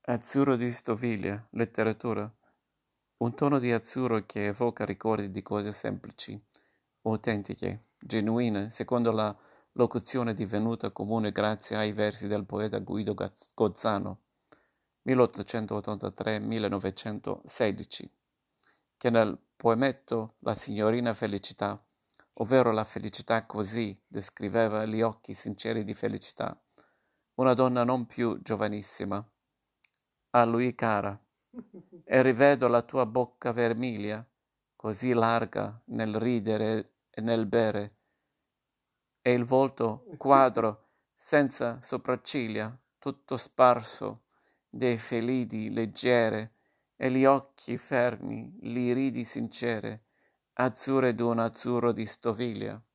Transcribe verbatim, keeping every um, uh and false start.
Azzurro di Stoviglia, letteratura. Un tono di azzurro che evoca ricordi di cose semplici, autentiche, genuine, secondo la locuzione divenuta comune grazie ai versi del poeta Guido Gaz- Gozzano, milleottocentottantatré-millenovecentosedici, che nel poemetto La signorina Felicità, ovvero la felicità così, descriveva gli occhi sinceri di felicità, una donna non più giovanissima, a lui cara, e rivedo la tua bocca vermiglia, così larga nel ridere e nel bere, e il volto quadro, senza sopracciglia, tutto sparso, dei felidi leggere, e gli occhi fermi, li ridi sincere, azzurre d'un azzurro di stoviglia.